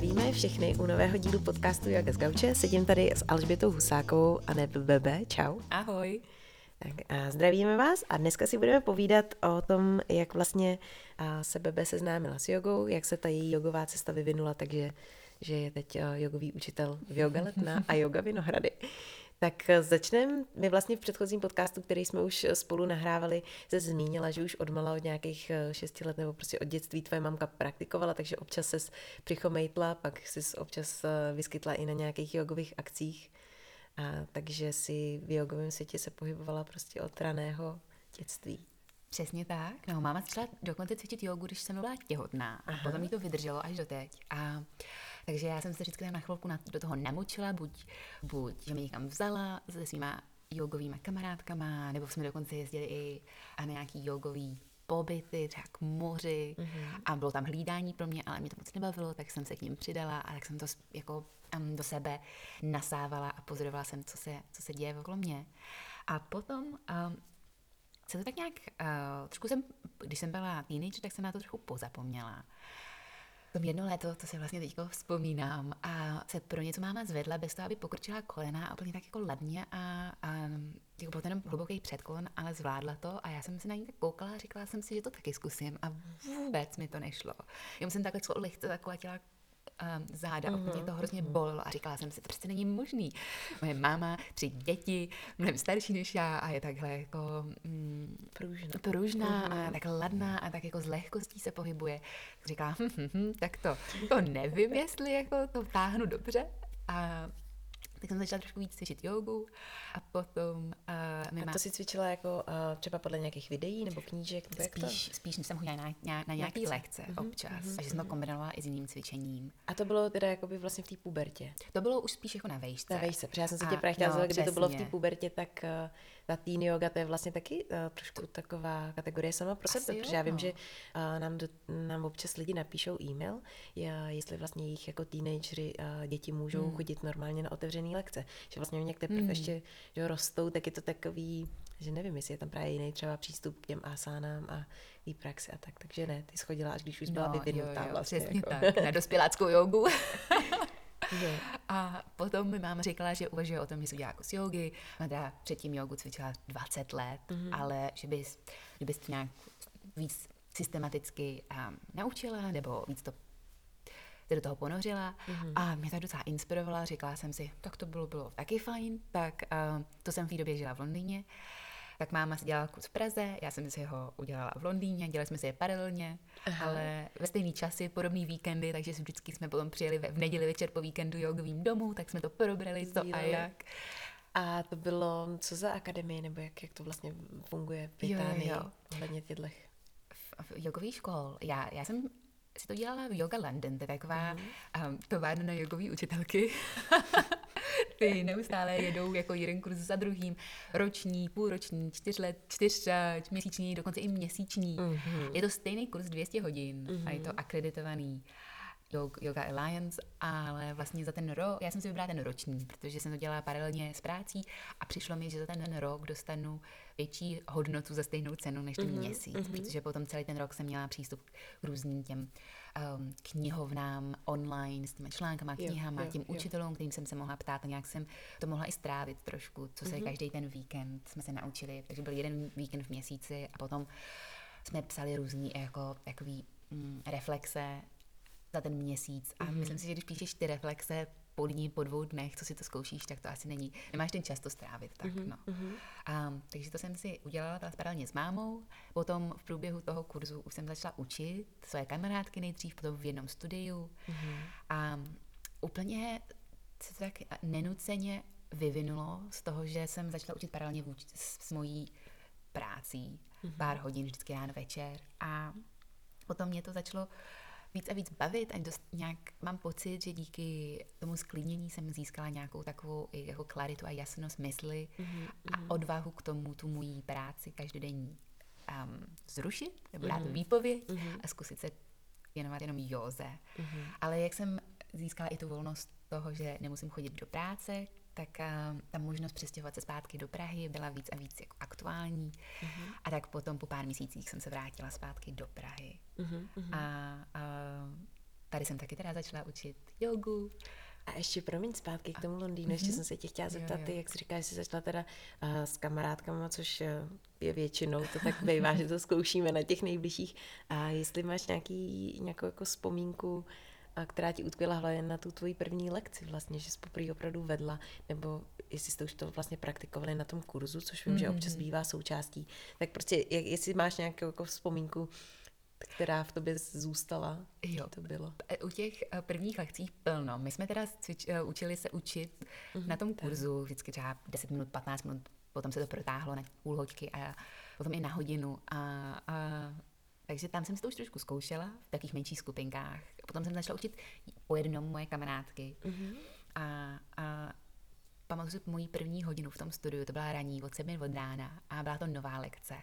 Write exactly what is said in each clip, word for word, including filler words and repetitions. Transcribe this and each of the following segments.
Zdravíme všechny u nového dílu podcastu Yoga z gauče. Sedím tady s Alžbětou Husákovou a ne Bebe. Čau. Ahoj. Tak a zdravíme vás a dneska si budeme povídat o tom, jak vlastně se Bebe seznámila s jogou, jak se ta její jogová cesta vyvinula, takže že je teď jogový učitel v Yoga Letná a Yoga Vinohrady. Tak začneme. My vlastně v předchozím podcastu, který jsme už spolu nahrávali, se zmínila, že už odmala od nějakých šesti let nebo prostě od dětství tvoje mamka praktikovala, takže občas ses přichomejtla, pak jsi občas vyskytla i na nějakých jogových akcích. A takže si v jogovém světě se pohybovala prostě od raného dětství. Přesně tak. No, máma začala dokonce cvičit jogu, když jsem byla těhotná. A potom mi to vydrželo až doteď. A takže já jsem se vždycky na chvilku na, do toho namočila, buď, buď že mě někam vzala se svýma jogovýma kamarádkama, nebo jsme dokonce jezdili i na nějaký jogový pobyty, třeba k moři. Mm-hmm. A bylo tam hlídání pro mě, ale mě to moc nebavilo, tak jsem se k ním přidala a tak jsem to jako um, do sebe nasávala a pozorovala jsem, co se, co se děje okolo mě. A potom um, se to tak nějak, uh, trošku jsem, když jsem byla teenager, tak jsem na to trochu pozapomněla. To jedno léto, to si vlastně teďko vzpomínám, a se pro něco máma zvedla bez toho, aby pokrčila kolena a úplně tak jako ladně a, a jako byl ten hluboký předklon, ale zvládla to a já jsem se na ní tak koukala a říkala jsem si, že to taky zkusím a vůbec mi to nešlo. Já jsem takhle co lehce taková těla um, záda, uh-huh. mě to hrozně bolelo a říkala jsem si, to přece není možný. Moje máma, tři děti, mnohem starší než já a je takhle jako mm, pružná, pružná uh-huh. a tak ladná a tak jako s lehkostí se pohybuje. Tak říkala, hm, hm, hm, tak to, to nevím, jestli jako to táhnu dobře. A tak jsem začala trošku víc cvičit jogu a potom... Uh, a to si cvičila jako uh, třeba podle nějakých videí nebo knížek? Nebo spíš, spíš jsem chodila na, na, na nějaký lekce, lekce uh-huh, občas. Uh-huh, a že jsem to kombinovala i s jiným cvičením. A to bylo teda jakoby vlastně v té pubertě? To bylo už spíš jako na vejšce. Na vejšce, protože já jsem se tě právě chtěla no, zvat, kdy to bylo v té pubertě, tak uh, ta teen yoga, to je vlastně taky uh, trošku taková kategorie sama pro sebe, protože já vím, no. že uh, nám, do, nám občas lidi napíšou e-mail, já, jestli vlastně jejich jako teenagery uh, děti můžou hmm. chodit normálně na otevřený lekce. Že vlastně oni jak teprve hmm. ještě že rostou, tak je to takový, že nevím, jestli je tam právě jiný třeba přístup k těm asánám a jí praxi a tak. Takže ne, ty schodila, až když už byla no, vyvinutá jo, jo, vlastně. Přesně jako. tak, na dospěláckou jogu. A potom mi máma říkala, že uvažuje o tom, že se udělá jako z jogy. Ona předtím jogu cvičila dvacet let, mm-hmm. ale že bys, že bys to nějak víc systematicky um, naučila, nebo víc to se do toho ponořila. Mm-hmm. A mě to docela inspirovala. Říkala jsem si, tak to bylo, bylo taky fajn. Tak uh, to jsem v té době žila v Londýně. Tak máma si dělala kurz v Praze, já jsem si ho udělala v Londýně, dělali jsme si je paralelně, Aha. ale ve stejný časy, podobný víkendy, takže vždycky jsme potom přijeli v neděli večer po víkendu jogovým domů, tak jsme to probrali, co a jak. A to bylo co za akademie, nebo jak, jak to vlastně funguje v Británii? Jo, jo. Ohledně těchto jogový škol. Já, já jsem si to dělala v Yoga London, to je taková mm. um, továrna na jogový učitelky. Ty neustále jedou jako jeden kurz za druhým, roční, půlroční, čtyř let, čtyř měsíční, dokonce i měsíční. Mm-hmm. Je to stejný kurz dvě stě hodin mm-hmm. a je to akreditovaný Yoga Alliance, ale vlastně za ten rok, já jsem si vybrala ten roční, protože jsem to dělala paralelně s prácí a přišlo mi, že za ten rok dostanu větší hodnotu za stejnou cenu než ten mm-hmm. měsíc, mm-hmm. protože potom celý ten rok jsem měla přístup k různým těm um, knihovnám online s těmi článkama, knihama, jo, jo, tím jo. učitelům, kterým jsem se mohla ptát a nějak jsem to mohla i strávit trošku, co se mm-hmm. každý ten víkend jsme se naučili, takže byl jeden víkend v měsíci a potom jsme psali různý jako takový mm, reflexe za ten měsíc a mm-hmm. myslím si, že když píšeš ty reflexe po dní, po dvou dnech, co si to zkoušíš, tak to asi není, nemáš ten čas to strávit, tak mm-hmm. no. Um, takže to jsem si udělala paralelně s mámou, potom v průběhu toho kurzu už jsem začala učit své kamarádky nejdřív, potom v jednom studiu mm-hmm. a úplně se to tak nenuceně vyvinulo z toho, že jsem začala učit paralelně vůči, s, s mojí prácí, mm-hmm. pár hodin vždycky ráno večer a potom mě to začalo víc a víc bavit a dost nějak mám pocit, že díky tomu sklidnění jsem získala nějakou takovou jako klaritu a jasnost mysli mm-hmm. a odvahu k tomu tu mojí práci každodenní um, zrušit nebo dát mm-hmm. výpověď mm-hmm. a zkusit se věnovat jenom józe. Mm-hmm. Ale jak jsem získala i tu volnost toho, že nemusím chodit do práce, tak uh, ta možnost přestěhovat se zpátky do Prahy byla víc a víc jako aktuální. Mm-hmm. A tak potom po pár měsících jsem se vrátila zpátky do Prahy. Mm-hmm. A uh, tady jsem taky teda začala učit jogu. A ještě promiň zpátky k tomu Londýnu, ještě jsem se tě chtěla zeptat, ty, jak jsi říkáš, že jsi začala teda uh, s kamarádkama, což uh, je většinou, to tak bývá, že to zkoušíme na těch nejbližších. A jestli máš nějaký, nějakou jako vzpomínku, a která ti utkvěla hlavně na tu tvoji první lekci vlastně, že jsi poprvé opravdu vedla, nebo jestli jste už to vlastně praktikovali na tom kurzu, což vím, mm-hmm. že občas bývá součástí, tak prostě jak, jestli máš nějakou jako vzpomínku, která v tobě zůstala, jo. to bylo. U těch prvních lekcí plno. My jsme teda cvič, učili se učit mm-hmm. na tom kurzu, vždycky třeba deset minut, patnáct minut, potom se to protáhlo na půl hoďky a potom i na hodinu. A, a, takže tam jsem si to už trošku zkoušela v takových menších skupinkách. Potom jsem začala učit po jednom moje kamarádky. Mm-hmm. A, a pamatuju si moji první hodinu v tom studiu, to byla raní, od sedmi od rána a byla to nová lekce.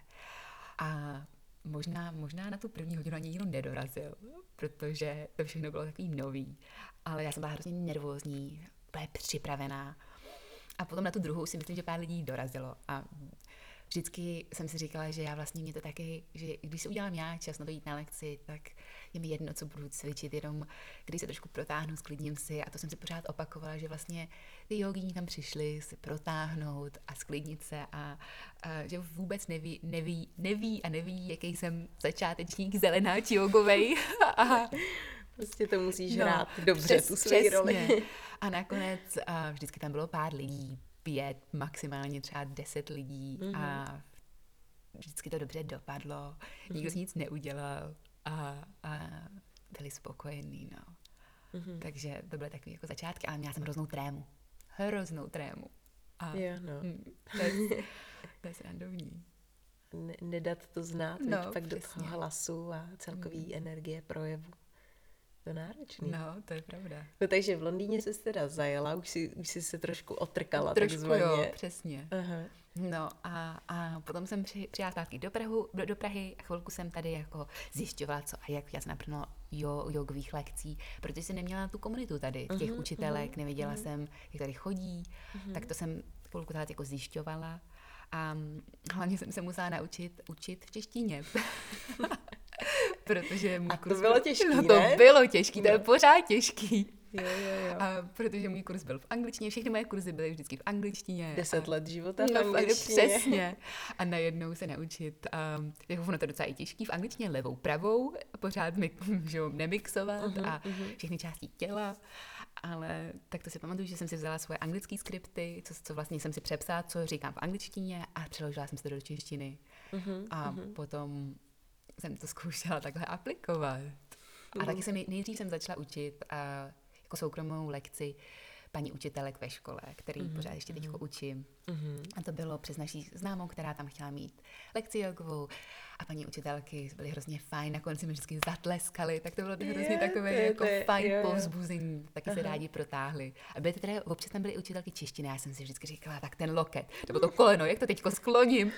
A Možná, možná na tu první hodinu ani nikdo nedorazil, protože to všechno bylo takový nový. Ale já jsem byla hrozně nervózní, byla připravená. A potom na tu druhou si myslím, že pár lidí dorazilo. A vždycky jsem si říkala, že já vlastně mě to taky, že když si udělám já čas na to jít na lekci, tak je mi jedno, co budu cvičit, jenom když se trošku protáhnu, sklidním si. A to jsem si pořád opakovala, že vlastně ty jogíni tam přišli si protáhnout a sklidnit se a, a že vůbec neví, neví, neví a neví, jaký jsem začátečník zelenáč jogovej. A prostě to musíš no, hrát dobře, přes, tu svoji roli. A nakonec a vždycky tam bylo pár lidí, pět, maximálně třeba deset lidí mm-hmm. a vždycky to dobře dopadlo, mm-hmm. nikdo si nic neudělal a, a byli spokojení, no. Mm-hmm. Takže to byly takové jako začátky, ale měla jsem hroznou trému. Hroznou trému. A jo, no. Mm, to, je, to je srandovní. Ne, nedat to znát, no, pak do toho hlasu a celkový mm. energie projevu. To náročný. No, to je pravda. No takže v Londýně jsi teda zajela, už si, už si se trošku otrkala. Trošku takzvaně. Jo, přesně. Aha. No a, a potom jsem při, přijela zpátky do, Prahu, do, do Prahy a chvilku jsem tady jako zjišťovala, co a jak. Já jsem naplno jo, jogových lekcí, protože jsem neměla tu komunitu tady, těch uh-huh, učitelek, uh-huh, nevěděla uh-huh. jsem, jak tady chodí, uh-huh. tak to jsem chvilku tady jako zjišťovala a hlavně jsem se musela naučit učit v češtině. Protože můj a kurz to bylo těžký, no, ne? To bylo těžký, to je pořád těžký. Jo, jo, jo. A protože můj kurz byl v angličtině, všechny moje kurzy byly vždycky v angličtině. Deset a, let života v no, angličtině. Přesně. A najednou se naučit, um, jako ono to je docela i těžký, v angličtině levou, pravou, pořád mi, že jo, nemixovat uh-huh, a uh-huh. všechny části těla. Ale tak to si pamatuju, že jsem si vzala svoje anglické skripty, co, co vlastně jsem si přepsala, co říkám v angličtině a přeložila jsem si to do češtiny. Uh-huh, a uh-huh. potom jsem to zkoušela takhle aplikovat. Uh-huh. A taky jsem nej, nejdřív jsem začala učit a jako soukromou lekci paní učitelek ve škole, který mm-hmm. pořád ještě teďko učím. Mm-hmm. A to bylo přes naší známou, která tam chtěla mít lekci jogovou. A paní učitelky byly hrozně fajn, nakonec mi vždycky zatleskali, tak to bylo to hrozně yeah, takové je, jako je, fajn jo, povzbuzení, taky Aha. se rádi protáhli. A byly to teda, občas tam byly učitelky češtiny, já jsem si vždycky říkala, tak ten loket, nebo to koleno, jak to teďko skloním.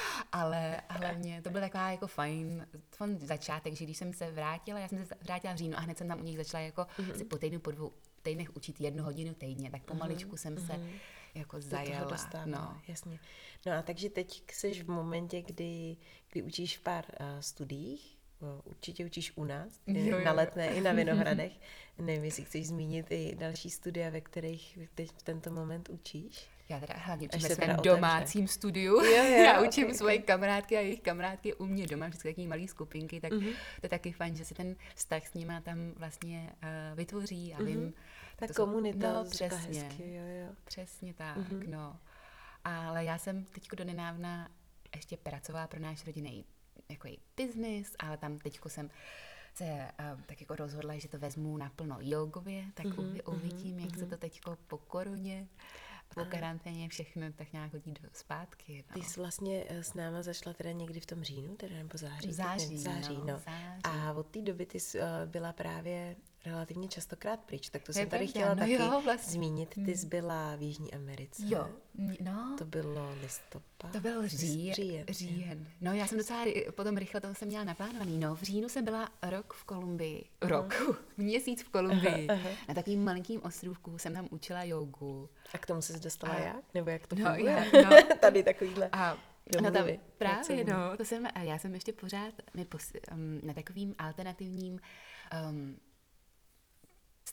Ale hlavně to bylo taková jako fajn, fajn začátek, že když jsem se vrátila, já jsem se vrátila v říjnu a hned jsem tam u nich začala jako mm-hmm. si po týdnu, po dvou týdnech učit jednu hodinu týdně, tak pomaličku jsem se mm-hmm. jako zajela. No. Jasně. No a takže teď jsi v momentě, kdy, kdy učíš v pár uh, studiích, určitě učíš u nás, jo, jo. na Letné i na Vinohradech. Nevím, jestli chceš zmínit i další studia, ve kterých teď v tento moment učíš. Já teda hlavně učím ve svém domácím studiu. Jo, jo, já učím okay, svoje okay. kamarádky a jejich kamarádky u mě doma, vždycky takové malé skupinky, tak uh-huh. to je taky fajn, že si ten vztah s nima tam vlastně uh, vytvoří a uh-huh. vím. Ta komunita, no, přesně, hezky, jo, jo. Přesně tak, uh-huh. no. Ale já jsem teďko do nedávna ještě pracovala pro náš rodinný jako biznis, ale tam teďko jsem se uh, tak jako rozhodla, že to vezmu naplno jogově, tak uh-huh, uvidím, uh-huh, jak uh-huh. se to teďko po koroně, po karanténě všechno tak nějak hodí do zpátky. No. Ty jsi vlastně s náma zašla teda někdy v tom říjnu, teda nebo září? Září, září, no, no. září. A od té doby ty jsi uh, byla právě relativně častokrát pryč, tak to jsem tady pravda, chtěla no taky jo, vlastně. zmínit. Ty jsi byla v Jižní Americe. Jo, no. To bylo listopad. To byl ří, říjen. říjen. No já jsem docela potom rychle, to jsem měla naplánovaný. No v říjnu jsem byla rok v Kolumbii. Rok. Uh-huh. Měsíc v Kolumbii. Uh-huh. Na takovým malinkým ostrovku jsem tam učila jogu. A k tomu jsi dostala a... jak? Nebo jak to no, funguje? Já, no. Tady takovýhle. A no tam právě, no, to jsem, já jsem ještě pořád my pos, um, na takovým alternativním um,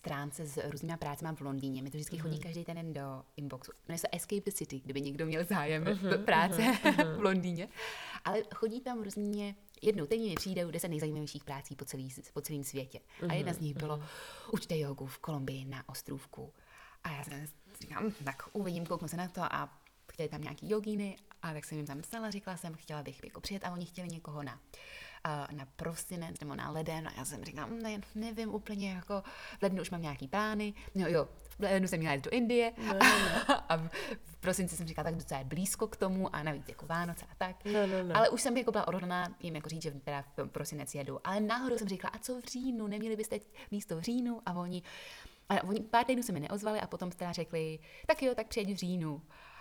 stránce s různýma prácema v Londýně. Mi to vždycky mm-hmm. chodí každý ten den do inboxu. Jmenuje se Escape the City, kdyby někdo měl zájem mm-hmm, do práce mm-hmm. v Londýně. Ale chodí tam různě. Jednou týdně mi přijdou deset nejzajímavějších prací po, celý, po celém světě. Mm-hmm. A jedna z nich bylo mm-hmm. učte jogu v Kolumbii na ostrůvku. A já jsem říkám, tak uvidím, kouknu se na to a chtěli tam nějaký jogíny a tak jsem jim tam psala, říkala jsem, chtěla bych jako přijet a oni chtěli někoho na, uh, na prosinec nebo na leden a já jsem říkala, ne, nevím úplně, jako v lednu už mám nějaký plány, no jo, v lednu jsem měla jít do Indie no, no, no. a v, v prosinci jsem říkala, tak docela je blízko k tomu a navíc jako Vánoce a tak, no, no, no. Ale už jsem jako byla odhodlaná jim jako říct, že teda v prosinec jedu, ale náhodou jsem říkala, a co v říjnu, neměli byste místo v říjnu a oni, a oni pár týdnů se mi neozvali a potom teda řekli, tak jo, tak přijeď v říjnu.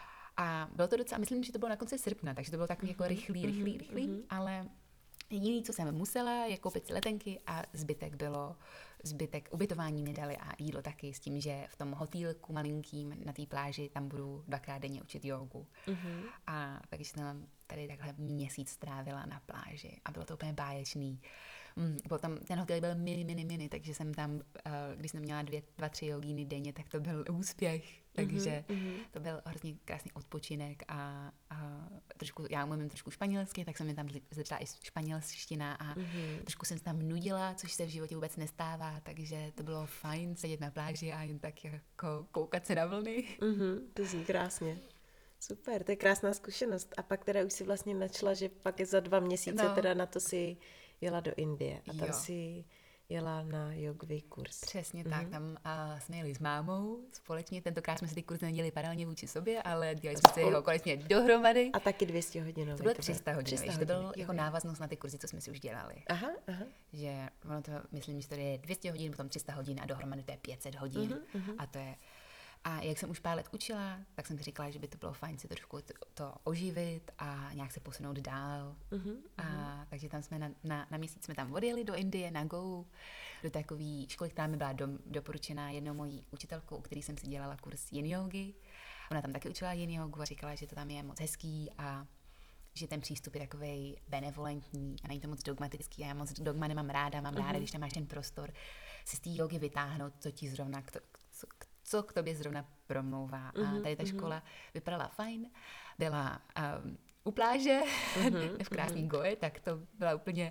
A bylo to docela, myslím, že to bylo na konci srpna, takže to bylo takový jako rychlý, rychlý, rychlý, mm-hmm. ale jediný, co jsem musela, je koupit si letenky a zbytek bylo, zbytek ubytování mi dali a jídlo taky s tím, že v tom hotýlku malinkým na té pláži tam budu dvakrát denně učit jogu. Mm-hmm. A takže jsem tady takhle měsíc strávila na pláži a bylo to úplně báječný. Mm, byl tam, ten hotel byl mini, mini, mini, takže jsem tam, uh, když jsem měla dvě, dva, tři jogíny denně, tak to byl úspěch. Takže mm-hmm. to byl hrozně krásný odpočinek a, a trošku, já umím trošku španělsky, tak jsem mi tam začala i španělština a mm-hmm. trošku jsem se tam nudila, což se v životě vůbec nestává, takže to bylo fajn sedět na pláži a jen tak jako koukat se na vlny. Mm-hmm, to zní krásně. Super, to je krásná zkušenost. A pak teda už si vlastně načala, že pak je za dva měsíce no. teda na to si jela do Indie a tam jo. si jela na jogový kurz. Přesně mm-hmm. tak, tam uh, jsme jeli s mámou společně, tentokrát jsme si ty kurzy nedělali paralelně vůči sobě, ale dělali jsme si ho konečně dohromady. A taky dvě stě hodinový. To bylo tři sta hodinový, to bylo jako návaznost na ty kurzy, co jsme si už dělali. Aha, aha. Že ono to, myslím, že to je dvě stě hodin, potom tři sta hodin a dohromady to je pět set hodin mm-hmm. a to je. A jak jsem už pár let učila, tak jsem si říkala, že by to bylo fajn si trošku to, to oživit a nějak se posunout dál. Uh-huh, a uh-huh. takže tam jsme na, na, na měsíc jsme tam odjeli do Indie, na Go, do takové školy, která mi byla do, doporučená jednou mojí učitelkou, u který jsem si dělala kurz yin jogy. Ona tam taky učila yin jogu a říkala, že to tam je moc hezký a že ten přístup je takovej benevolentní a není to moc dogmatický. A já moc dogma nemám ráda, mám uh-huh. ráda, když tam máš ten prostor si z té jogy vytáhnout, co ti zrovna k to, k, co k tobě zrovna promlouvá. Mm-hmm, a tady ta mm-hmm. škola vypadala fajn, byla um, u pláže mm-hmm, v krásný mm-hmm. Goe, tak to byla úplně,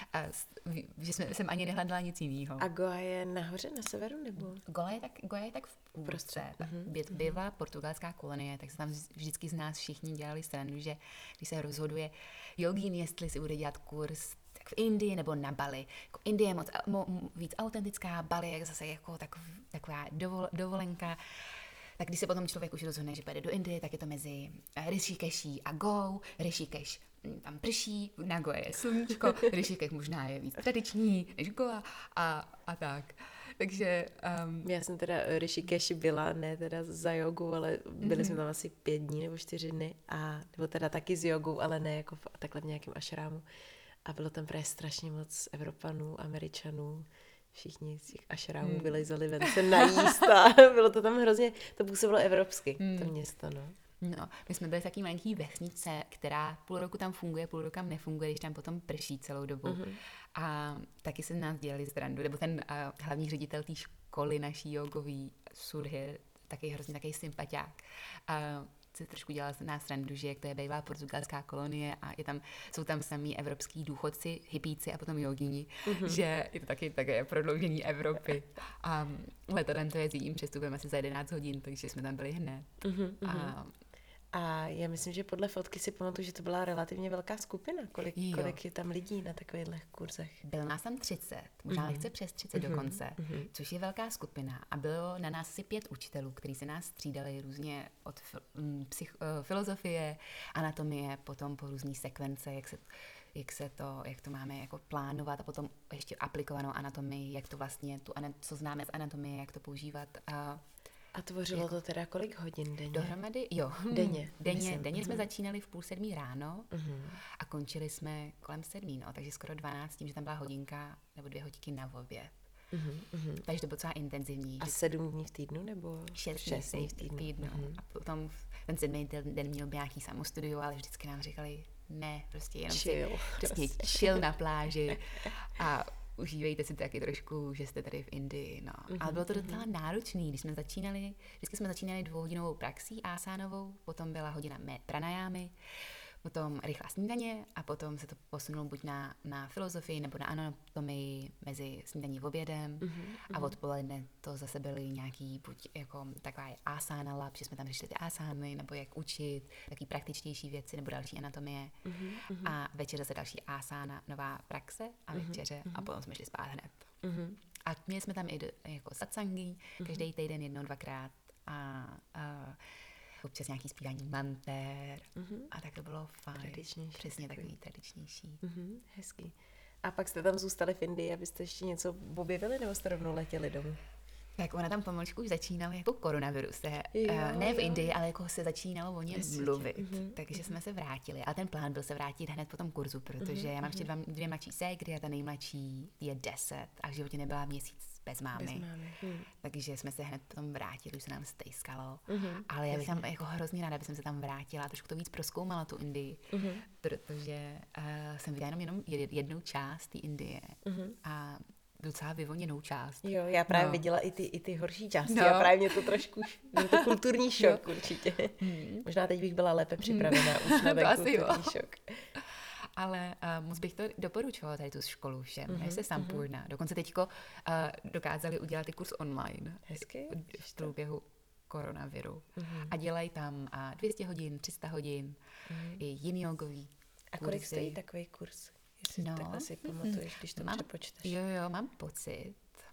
uh, že jsme, jsem ani nehledala nic jiného. A Goa je nahoře, na severu, nebo? Goa je tak, Goa je tak v půlce. Mm-hmm. Bývala portugalská kolonie, tak se tam vždycky z nás všichni dělali stranu, že když se rozhoduje jogín, jestli si bude dělat kurz v Indii nebo na Bali. Jako Indie je moc mo, víc autentická, Bali je zase jako tak, taková dovol, dovolenka. Tak když se potom člověk už rozhodne, že půjde do Indie, tak je to mezi Rishikeší a Go. Rishikesh tam prší, na Goa je sluníčko, Rishikesh možná je víc tradiční než Goa a, a tak. Takže... Um, Já jsem teda Rishikeshi byla, ne teda za jogu, ale byli mm-hmm. jsme tam asi pět dní nebo čtyři dny, a, nebo teda taky s jogou, ale ne jako v, takhle v nějakém ašrámu. A bylo tam právě strašně moc Evropanů, Američanů, všichni z těch ašrámů hmm. vylejzali ven se najíst a bylo to tam hrozně, to působilo evropsky, hmm. to město, no. No, my jsme byli v takové malé vesnice, která půl roku tam funguje, půl roku nefunguje, když tam potom prší celou dobu. Uh-huh. A taky se nás dělali zrandu, nebo ten uh, hlavní ředitel té školy naší jogový, Surhir, taky hrozně takový sympatiák. Uh, se trošku dělala nás randu, že jak to je bývalá portugalská kolonie a je tam, jsou tam samý evropský důchodci, hippíci a potom jogini, mm-hmm. že je to taky také prodloužení Evropy. A letadlem to jezdí jim přestupem asi za jedenáct hodin, takže jsme tam byli hned. Mm-hmm. A A já myslím, že podle fotky si pamatuju, že to byla relativně velká skupina. Kolik, kolik je tam lidí na takovýchhle kurzech? Bylo nás tam třicet, možná mm-hmm. lehce přes třicet mm-hmm. dokonce, mm-hmm. což je velká skupina. A bylo na nás asi pět učitelů, kteří se nás střídali různě od psych, filozofie, anatomie, potom po různý sekvence, jak se, jak se to, jak to máme jako plánovat a potom ještě aplikovanou anatomii, jak to vlastně, tu, co známe z anatomie, jak to používat. A A tvořilo jako, to teda kolik hodin denně? Dohromady, jo. Denně. Denně, denně jsme začínali v půl sedmí ráno uh-huh. a končili jsme kolem sedmí, no, takže skoro dvanáct, tím, že tam byla hodinka nebo dvě hodinky na oběd. Uh-huh, uh-huh. Takže to bylo docela intenzivní. A sedm dní v týdnu, nebo? Šest, šest dní v týdnu. týdnu. Uh-huh. A potom ten sedmý den měl nějaký samostudio, ale vždycky nám říkali, ne, prostě jenom chill. si, přesně chill na pláži. A užívejte si to taky trošku, že jste tady v Indii, no. Mm-hmm. Ale bylo to docela náročný, když jsme začínali, vždycky jsme začínali dvouhodinovou praxí asánovou, potom byla hodina pranajámy, potom rychlá snídaně a potom se to posunulo buď na, na filozofii nebo na anatomii mezi snídaní a obědem mm-hmm. a odpoledne to zase byly nějaký buď jako taková asána lab, že jsme tam řešili ty asány, nebo jak učit, taky praktičtější věci nebo další anatomie mm-hmm. a večer zase další asána, nová praxe a večeře mm-hmm. a potom jsme šli spát hned. Mm-hmm. A měli jsme tam i do, jako satsangy, mm-hmm. každý týden jednou, dvakrát a, a občas nějaký zpívání mantér mm-hmm. a tak to bylo fajn. Tradičnější. Přesně takový, takový tradičnější. Mm-hmm. Hezký. A pak jste tam zůstali v Indii, abyste ještě něco objevili, nebo jste rovnou letěli domů? Tak ona tam pomalečku už začínala jako koronavirus. Se, jo, uh, ne v Indii, ale jako se začínalo o něm mluvit. Mm-hmm. Takže mm-hmm. jsme se vrátili. Ale ten plán byl se vrátit hned po tom kurzu, protože mm-hmm. já mám ještě dva, dvě mladší ségry a ta nejmladší je deset a v životě nebyla měsíc bez mámy. Bez mámy. Hmm. Takže jsme se hned potom vrátili, už se nám stejskalo. Mm-hmm. Ale já bych tam jako hrozně ráda, aby jsem se tam vrátila a trošku to víc prozkoumala tu Indii, mm-hmm. protože uh, jsem viděla jenom, jenom jednu část té Indie mm-hmm. a docela vyvoněnou část. Jo, já právě no. viděla i ty, i ty horší části no. a právě mě to trošku, mě to kulturní šok určitě. Hmm. Možná teď bych byla lépe připravená už na ten kulturní jo. šok. Ale uh, moc bych to doporučovala tady tu školu všem. Jmenuje se Sampurna. Uh-huh. Dokonce teďko uh, dokázali udělat i kurz online. Hezky. V průběhu koronaviru. Uh-huh. A dělají tam uh, dvě stě hodin, tři sta hodin, uh-huh. i jiný jogový A kolik kurzy. Stojí takový kurz? Jestli no. takhle si pamatuješ, když to mám, přepočteš. Jo, jo, mám pocit.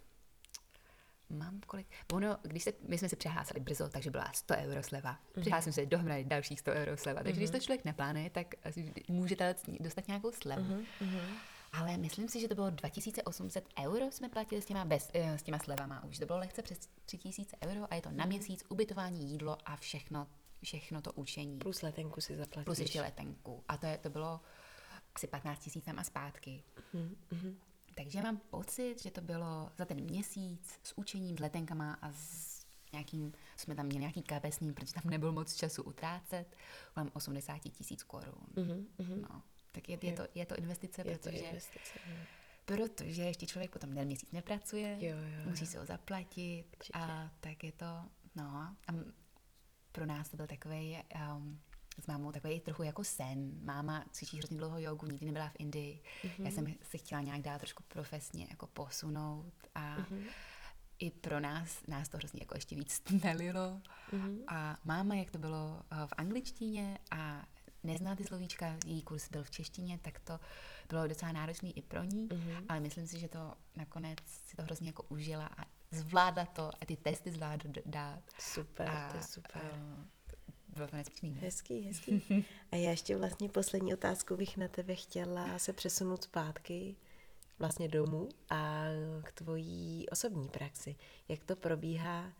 Mám kolik? Ono, když se, my jsme se přihlásili brzo, takže byla sto euro sleva. Mm-hmm. Přihlásím se dohromady dalších sto euro sleva. Takže mm-hmm. když to člověk neplánuje, tak můžete dostat nějakou slevu. Mm-hmm. Ale myslím si, že to bylo dva tisíce osm set euro jsme platili s těma, bez, s těma slevama už. To bylo lehce přes tři tisíce euro a je to na měsíc ubytování, jídlo a všechno, všechno to učení. Plus letenku si zaplatíš. Plus ještě letenku. A to, je, to bylo asi patnáct tisíc tam a zpátky. Mm-hmm. Takže mám pocit, že to bylo za ten měsíc s učením, s letenkama a s nějakým, jsme tam měli nějaký kapesní, protože tam nebylo moc času utrácet, mám osmdesát tisíc korun. Mm-hmm. No, tak je, je, to, je to investice, je protože, to investice, protože ještě člověk potom den měsíc nepracuje, jo, jo, musí se ho zaplatit určitě. A tak je to, no a pro nás to byl takový um, s mámou takový trochu jako sen. Máma cvičí hrozně dlouho jogu, nikdy nebyla v Indii. Mm-hmm. Já jsem se chtěla nějak dát trošku profesně jako posunout a mm-hmm. i pro nás, nás to hrozně jako ještě víc stmelilo. Mm-hmm. A máma, jak to bylo v angličtině a nezná ty slovíčka, její kurz byl v češtině, tak to bylo docela náročné i pro ní, mm-hmm. ale myslím si, že to nakonec si to hrozně jako užila a zvládla to a ty testy zvládla dát. Super, a, to je super. A, bylo to neskutečný. Hezký, hezký. A já ještě vlastně poslední otázku bych na tebe chtěla se přesunout zpátky vlastně domů a k tvojí osobní praxi. Jak to probíhá,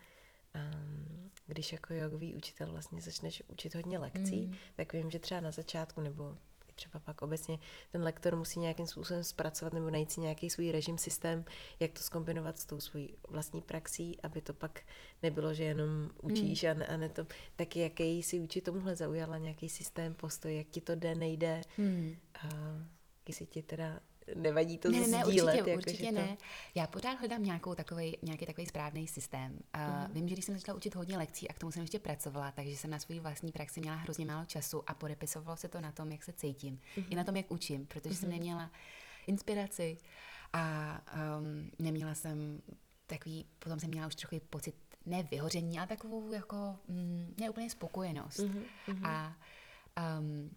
um, když jako jogový učitel vlastně začneš učit hodně lekcí, mm. tak vím, že třeba na začátku nebo třeba pak obecně ten lektor musí nějakým způsobem zpracovat nebo najít si nějaký svůj režim, systém, jak to zkombinovat s tou svojí vlastní praxí, aby to pak nebylo, že jenom učíš mm. a, ne, a ne to. Tak jaký si učit tomuhle zaujala, nějaký systém, postoj, jak ti to jde, nejde, mm. a jestli ti teda nevadí to ne, sdílet. Ne, určitě, jako, určitě to... ne. Já pořád hledám nějakou takovej, nějaký takový správný systém. Uh, uh-huh. Vím, že když jsem začala učit hodně lekcí a k tomu jsem ještě pracovala, takže jsem na svou vlastní praxi měla hrozně málo času a podepisovalo se to na tom, jak se cítím. Uh-huh. I na tom, jak učím, protože uh-huh. jsem neměla inspiraci a um, neměla jsem takový, potom jsem měla už trochu pocit, ne vyhoření, ale takovou jako mm, ne úplně spokojenost. Uh-huh. A, um,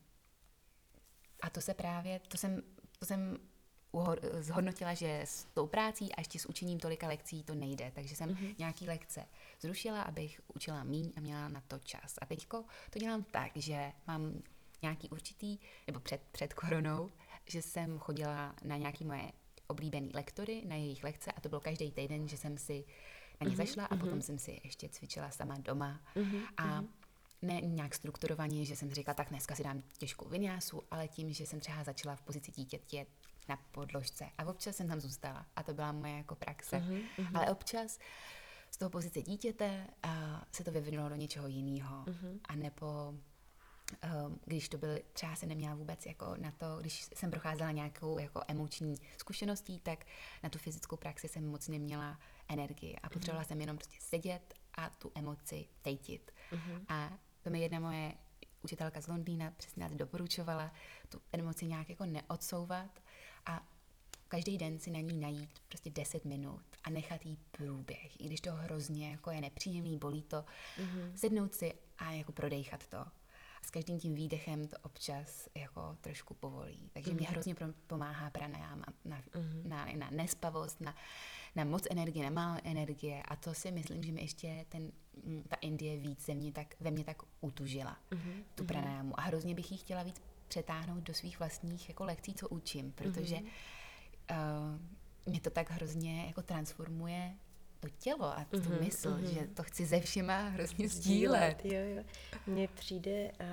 a to se právě, to jsem, to jsem zhodnotila, že s tou prácí a ještě s učením tolika lekcí to nejde, takže jsem mm-hmm. nějaký lekce zrušila, abych učila míň a měla na to čas. A teďko to dělám tak, že mám nějaký určitý, nebo před, před koronou, že jsem chodila na nějaký moje oblíbený lektory, na jejich lekce a to bylo každý týden, že jsem si na ně mm-hmm. zašla a mm-hmm. potom jsem si ještě cvičila sama doma. Mm-hmm. A ne nějak strukturovaně, že jsem si říkala, tak dneska si dám těžkou vinyásu, ale tím, že jsem třeba začala v pozici dítěte na podložce a občas jsem tam zůstala a to byla moje jako praxe. Uh-huh, uh-huh. Ale občas z toho pozice dítěte uh, se to vyvinulo do něčeho jiného uh-huh. a nebo když to byl, třeba jsem neměla vůbec jako na to, když jsem procházela nějakou jako emoční zkušeností, tak na tu fyzickou praxi jsem moc neměla energii a potřebovala mm. jsem jenom prostě sedět a tu emoci cítit. Mm. A to mi jedna moje učitelka z Londýna přesně nás doporučovala tu emoci nějak jako neodsouvat a každý den si na ní najít prostě deset minut a nechat jí průběh, i když to hrozně jako je nepříjemný, bolí to, mm-hmm. sednout si a jako prodejchat to. A s každým tím výdechem to občas jako trošku povolí. Takže mm-hmm. mě hrozně pomáhá pranayama na, mm-hmm. na, na nespavost, na, na moc energie, na málo energie a to si myslím, že mi ještě ten, ta Indie víc ze mě tak, ve mně tak utužila, mm-hmm. tu pranayamu. A hrozně bych jí chtěla víc přetáhnout do svých vlastních jako lekcí, co učím, protože mm-hmm. Uh, mě to tak hrozně jako transformuje to tělo a tu mm-hmm, mysl, mm-hmm. že to chci ze všema hrozně sdílet. Jo, jo. Mně přijde, uh,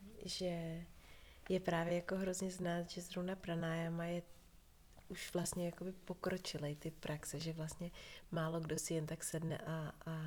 že je právě jako hrozně znát, že zrovna pranayama je už vlastně jakoby pokročilej ty praxe, že vlastně málo kdo si jen tak sedne a, a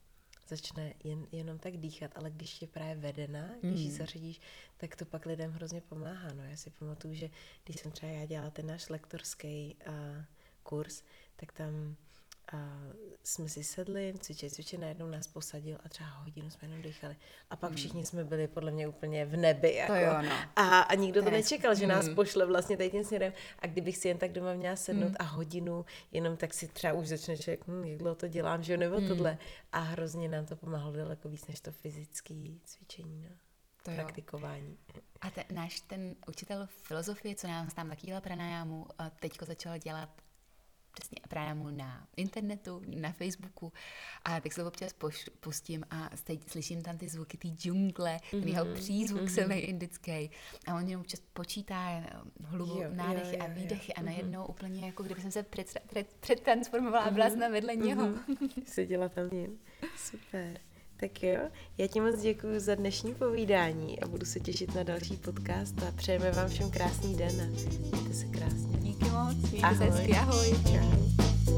začne jen, jenom tak dýchat, ale když je právě vedená, když ji zařídíš, tak to pak lidem hrozně pomáhá. No, já si pamatuju, že když jsem třeba já dělala ten náš lektorský uh, kurz, tak tam uh, jsme si sedli, cvičili, cvičili, najednou nás posadil a třeba hodinu jsme jenom dýchali. A pak všichni jsme byli podle mě úplně v nebi. Jako. To jo, no. a, a nikdo to nečekal, že nás pošle vlastně tady tím směrem. A kdybych si jen tak doma měla sednout mm. a hodinu, jenom tak si třeba už začne člověk, hm, jak dlouho to dělám, že nebo mm. tohle. A hrozně nám to pomáhalo daleko víc, než to fyzické cvičení, no. To praktikování. Jo. A ten, náš ten učitel filozofie, co nám tam taky dělal pranayamu, teďko začal dělat přesně pranayamu na internetu, na Facebooku a tak se občas poš, pustím a teď slyším tam ty zvuky, ty džungle, mm-hmm. ten jeho přízvuk mm-hmm. silný indický a on jenom občas počítá hlubo, nádechy jo, jo, a výdechy jo. a najednou mm-hmm. úplně jako kdyby jsem se před, před, předtransformovala a byla mm-hmm. jsem vedle něho. Mm-hmm. Seděla tam ním. Super. Tak jo, já ti moc děkuji za dnešní povídání a budu se těšit na další podcast a přejeme vám všem krásný den a mějte se krásně. Díky moc, mějte se hezky, ahoj. Čau.